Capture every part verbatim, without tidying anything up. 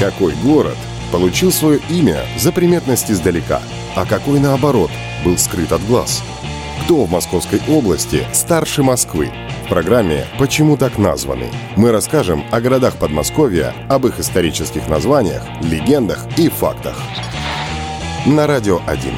Какой город получил свое имя за приметность издалека, а какой, наоборот, был скрыт от глаз? Кто в Московской области старше Москвы? В программе «Почему так названы» мы расскажем о городах Подмосковья, об их исторических названиях, легендах и фактах. На Радио один.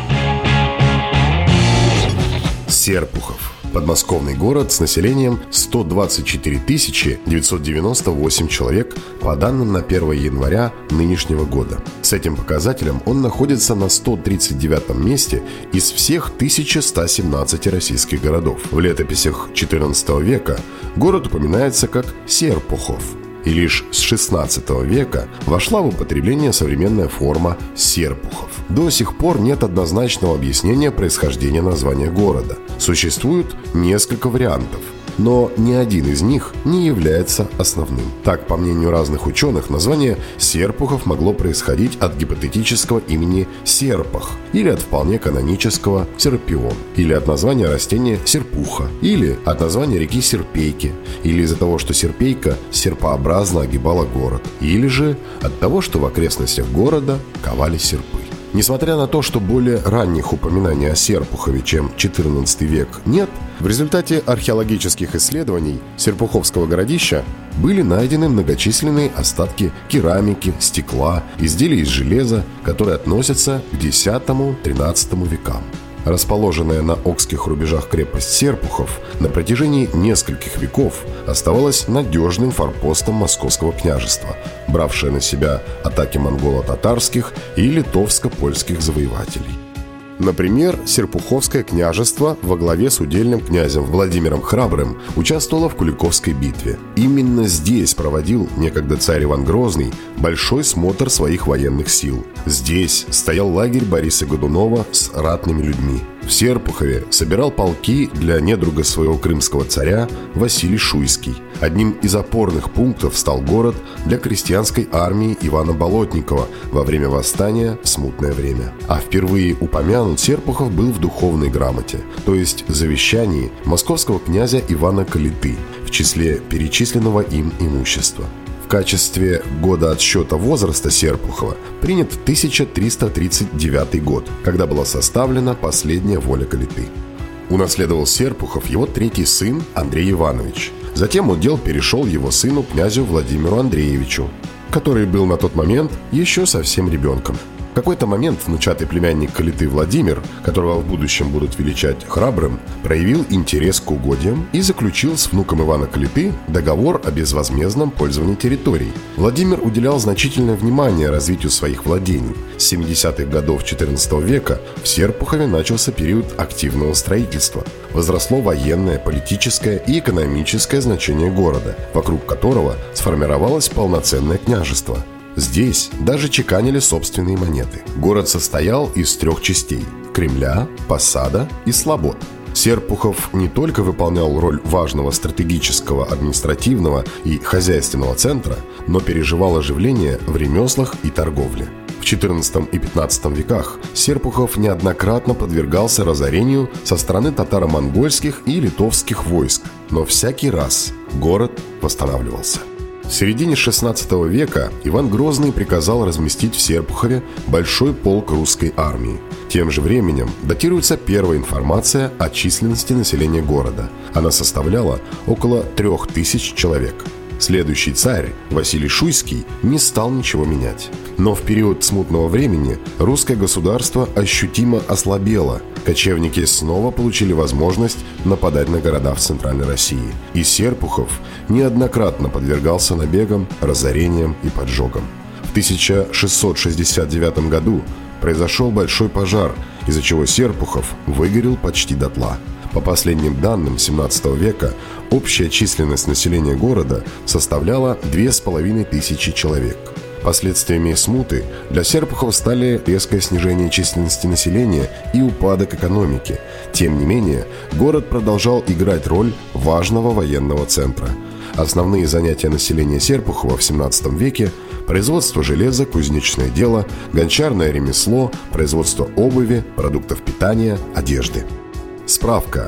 Серпухов. Подмосковный город с населением сто двадцать четыре тысячи девятьсот девяносто восемь человек по данным на первое января нынешнего года. С этим показателем он находится на сто тридцать девятом месте из всех тысяча сто семнадцати российских городов. В летописях четырнадцатого века город упоминается как Серпухов. И лишь с шестнадцатого века вошла в употребление современная форма Серпухов. До сих пор нет однозначного объяснения происхождения названия города. Существует несколько вариантов, но ни один из них не является основным. Так, по мнению разных ученых, название Серпухов могло происходить от гипотетического имени Серпах, или от вполне канонического Серпион, или от названия растения Серпуха, или от названия реки Серпейки, или из-за того, что Серпейка серпообразно огибала город, или же от того, что в окрестностях города ковали серпы. Несмотря на то, что более ранних упоминаний о Серпухове, чем четырнадцатый век, нет, в результате археологических исследований Серпуховского городища были найдены многочисленные остатки керамики, стекла, изделий из железа, которые относятся к десятому-тринадцатому векам. Расположенная на окских рубежах крепость Серпухов на протяжении нескольких веков оставалась надежным форпостом Московского княжества, бравшее на себя атаки монголо-татарских и литовско-польских завоевателей. Например, Серпуховское княжество во главе с удельным князем Владимиром Храбрым участвовало в Куликовской битве. Именно здесь проводил некогда царь Иван Грозный большой смотр своих военных сил. Здесь стоял лагерь Бориса Годунова с ратными людьми. В Серпухове собирал полки для недруга своего крымского царя Василий Шуйский. Одним из опорных пунктов стал город для крестьянской армии Ивана Болотникова во время восстания в смутное время. А впервые упомянут Серпухов был в духовной грамоте, то есть завещании московского князя Ивана Калиты в числе перечисленного им имущества. В качестве года отсчета возраста Серпухова принят тысяча триста тридцать девятый год, когда была составлена последняя воля Калиты. Унаследовал Серпухов его третий сын Андрей Иванович. Затем удел перешел его сыну князю Владимиру Андреевичу, который был на тот момент еще совсем ребенком. В какой-то момент внучатый племянник Калиты Владимир, которого в будущем будут величать Храбрым, проявил интерес к угодьям и заключил с внуком Ивана Калиты договор о безвозмездном пользовании территорий. Владимир уделял значительное внимание развитию своих владений. С семидесятых годов четырнадцатого века в Серпухове начался период активного строительства. Возросло военное, политическое и экономическое значение города, вокруг которого сформировалось полноценное княжество. Здесь даже чеканили собственные монеты. Город состоял из трех частей – Кремля, Посада и Слобод. Серпухов не только выполнял роль важного стратегического, административного и хозяйственного центра, но переживал оживление в ремеслах и торговле. В четырнадцатом и пятнадцатом веках Серпухов неоднократно подвергался разорению со стороны татаро-монгольских и литовских войск, но всякий раз город восстанавливался. В середине шестнадцатого века Иван Грозный приказал разместить в Серпухове большой полк русской армии. Тем же временем датируется первая информация о численности населения города. Она составляла около трех тысяч человек. Следующий царь, Василий Шуйский, не стал ничего менять. Но в период смутного времени русское государство ощутимо ослабело. Кочевники снова получили возможность нападать на города в Центральной России. И Серпухов неоднократно подвергался набегам, разорениям и поджогам. В тысяча шестьсот шестьдесят девятом году произошел большой пожар, из-за чего Серпухов выгорел почти дотла. По последним данным семнадцатого века, общая численность населения города составляла две с половиной тысячи человек. Последствиями смуты для Серпухова стали резкое снижение численности населения и упадок экономики. Тем не менее, город продолжал играть роль важного военного центра. Основные занятия населения Серпухова в семнадцатом веке – производство железа, кузнечное дело, гончарное ремесло, производство обуви, продуктов питания, одежды. Справка.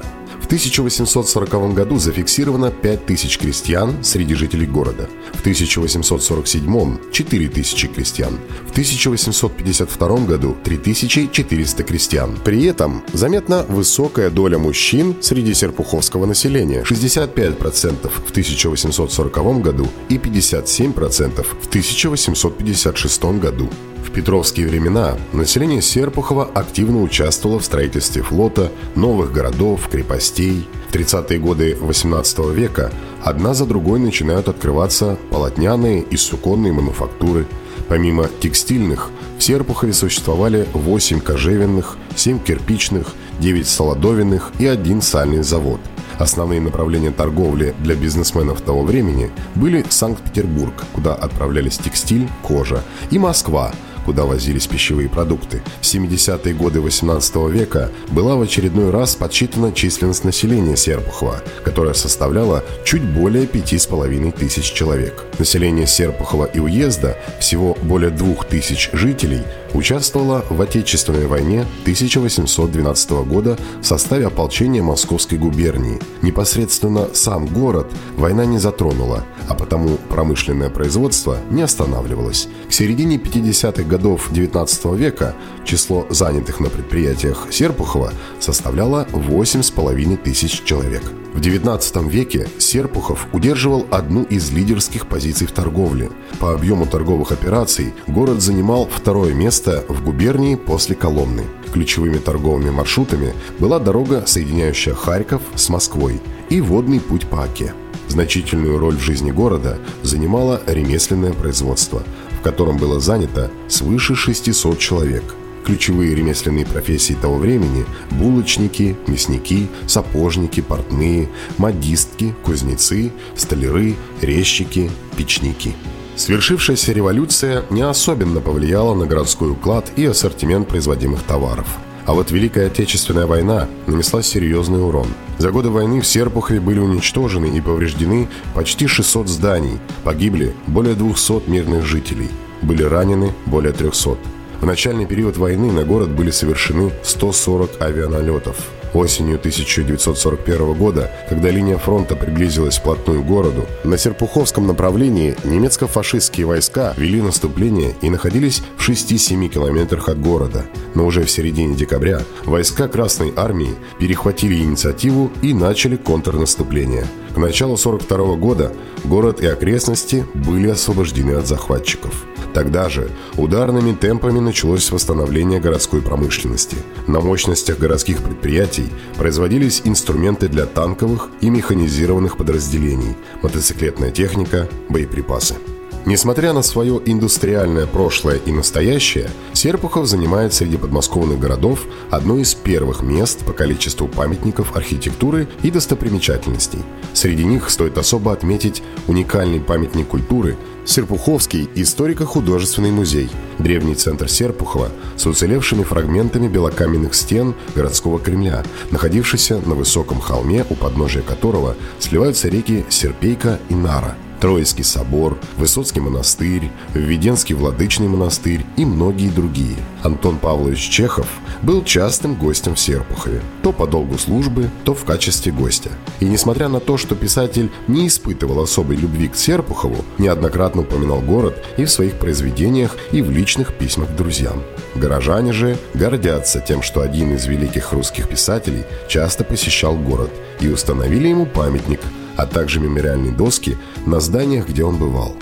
В тысяча восемьсот сороковом году зафиксировано пять тысяч крестьян среди жителей города. В тысяча восемьсот сорок седьмом – четыре тысячи крестьян. В тысяча восемьсот пятьдесят втором году – три тысячи четыреста крестьян. При этом заметна высокая доля мужчин среди серпуховского населения – шестьдесят пять процентов в тысяча восемьсот сороковом году и пятьдесят семь процентов в тысяча восемьсот пятьдесят шестом году. В петровские времена население Серпухова активно участвовало в строительстве флота, новых городов, крепостей. В тридцатые годы восемнадцатого века одна за другой начинают открываться полотняные и суконные мануфактуры. Помимо текстильных, в Серпухове существовали восемь кожевенных, семь кирпичных, девять солодовинных и один сальный завод. Основные направления торговли для бизнесменов того времени были Санкт-Петербург, куда отправлялись текстиль, кожа, и Москва, куда возились пищевые продукты. В семидесятые годы восемнадцатого века была в очередной раз подсчитана численность населения Серпухова, которая составляла чуть более пяти с половиной тысяч человек. Население Серпухова и уезда, всего более двух тысяч жителей, участвовало в Отечественной войне тысяча восемьсот двенадцатого года в составе ополчения Московской губернии. Непосредственно сам город война не затронула, а потому промышленное производство не останавливалось. К середине пятидесятых годов девятнадцатого века число занятых на предприятиях Серпухова составляло восемь с половиной тысяч человек. В девятнадцатом веке Серпухов удерживал одну из лидерских позиций в торговле. По объему торговых операций город занимал второе место в губернии после Коломны. Ключевыми торговыми маршрутами была дорога, соединяющая Харьков с Москвой, и водный путь по Оке. Значительную роль в жизни города занимало ремесленное производство, в котором было занято свыше шестисот человек. Ключевые ремесленные профессии того времени – булочники, мясники, сапожники, портные, модистки, кузнецы, столяры, резчики, печники. Свершившаяся революция не особенно повлияла на городской уклад и ассортимент производимых товаров. А вот Великая Отечественная война нанесла серьезный урон. За годы войны в Серпухове были уничтожены и повреждены почти шестьсот зданий, погибли более двухсот мирных жителей, были ранены более трехсот. В начальный период войны на город были совершены сто сорок авианалетов. Осенью тысяча девятьсот сорок первого года, когда линия фронта приблизилась вплотную к городу, на Серпуховском направлении немецко-фашистские войска вели наступление и находились в шести-семи километрах от города. Но уже в середине декабря войска Красной Армии перехватили инициативу и начали контрнаступление. К началу сорок второго года город и окрестности были освобождены от захватчиков. Тогда же ударными темпами началось восстановление городской промышленности. На мощностях городских предприятий производились инструменты для танковых и механизированных подразделений, мотоциклетная техника, боеприпасы. Несмотря на свое индустриальное прошлое и настоящее, Серпухов занимает среди подмосковных городов одно из первых мест по количеству памятников архитектуры и достопримечательностей. Среди них стоит особо отметить уникальный памятник культуры – Серпуховский историко-художественный музей, древний центр Серпухова с уцелевшими фрагментами белокаменных стен городского Кремля, находившийся на высоком холме, у подножия которого сливаются реки Серпейка и Нара. Троицкий собор, Высоцкий монастырь, Введенский владычный монастырь и многие другие. Антон Павлович Чехов был частым гостем в Серпухове, то по долгу службы, то в качестве гостя. И несмотря на то, что писатель не испытывал особой любви к Серпухову, неоднократно упоминал город и в своих произведениях, и в личных письмах к друзьям. Горожане же гордятся тем, что один из великих русских писателей часто посещал город, и установили ему памятник, а также мемориальные доски на зданиях, где он бывал.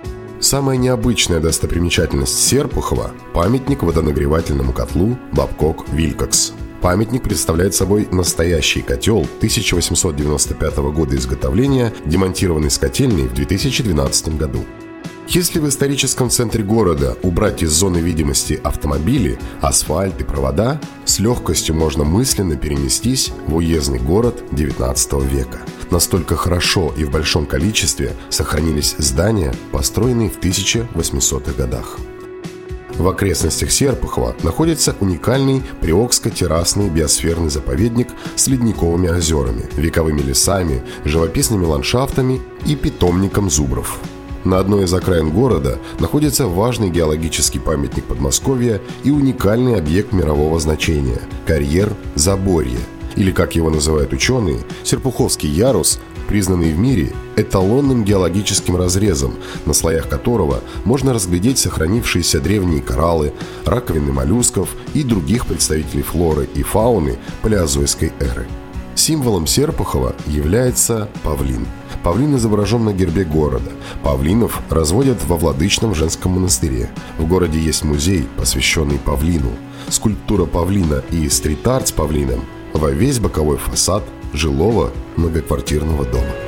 Самая необычная достопримечательность Серпухова – памятник водонагревательному котлу Бабкок-Вилькокс. Памятник представляет собой настоящий котел тысяча восемьсот девяносто пятого года изготовления, демонтированный с котельной в две тысячи двенадцатом году. Если в историческом центре города убрать из зоны видимости автомобили, асфальт и провода, с легкостью можно мысленно перенестись в уездный город девятнадцатого века. Настолько хорошо и в большом количестве сохранились здания, построенные в тысяча восьмисотых годах. В окрестностях Серпухова находится уникальный Приокско-террасный биосферный заповедник с ледниковыми озерами, вековыми лесами, живописными ландшафтами и питомником зубров. На одной из окраин города находится важный геологический памятник Подмосковья и уникальный объект мирового значения – карьер Заборье. Или, как его называют ученые, Серпуховский ярус, признанный в мире эталонным геологическим разрезом, на слоях которого можно разглядеть сохранившиеся древние кораллы, раковины моллюсков и других представителей флоры и фауны палеозойской эры. Символом Серпухова является павлин. Павлин изображен на гербе города. Павлинов разводят во Владычном женском монастыре. В городе есть музей, посвященный павлину. Скульптура павлина и стрит-арт с павлином во весь боковой фасад жилого многоквартирного дома.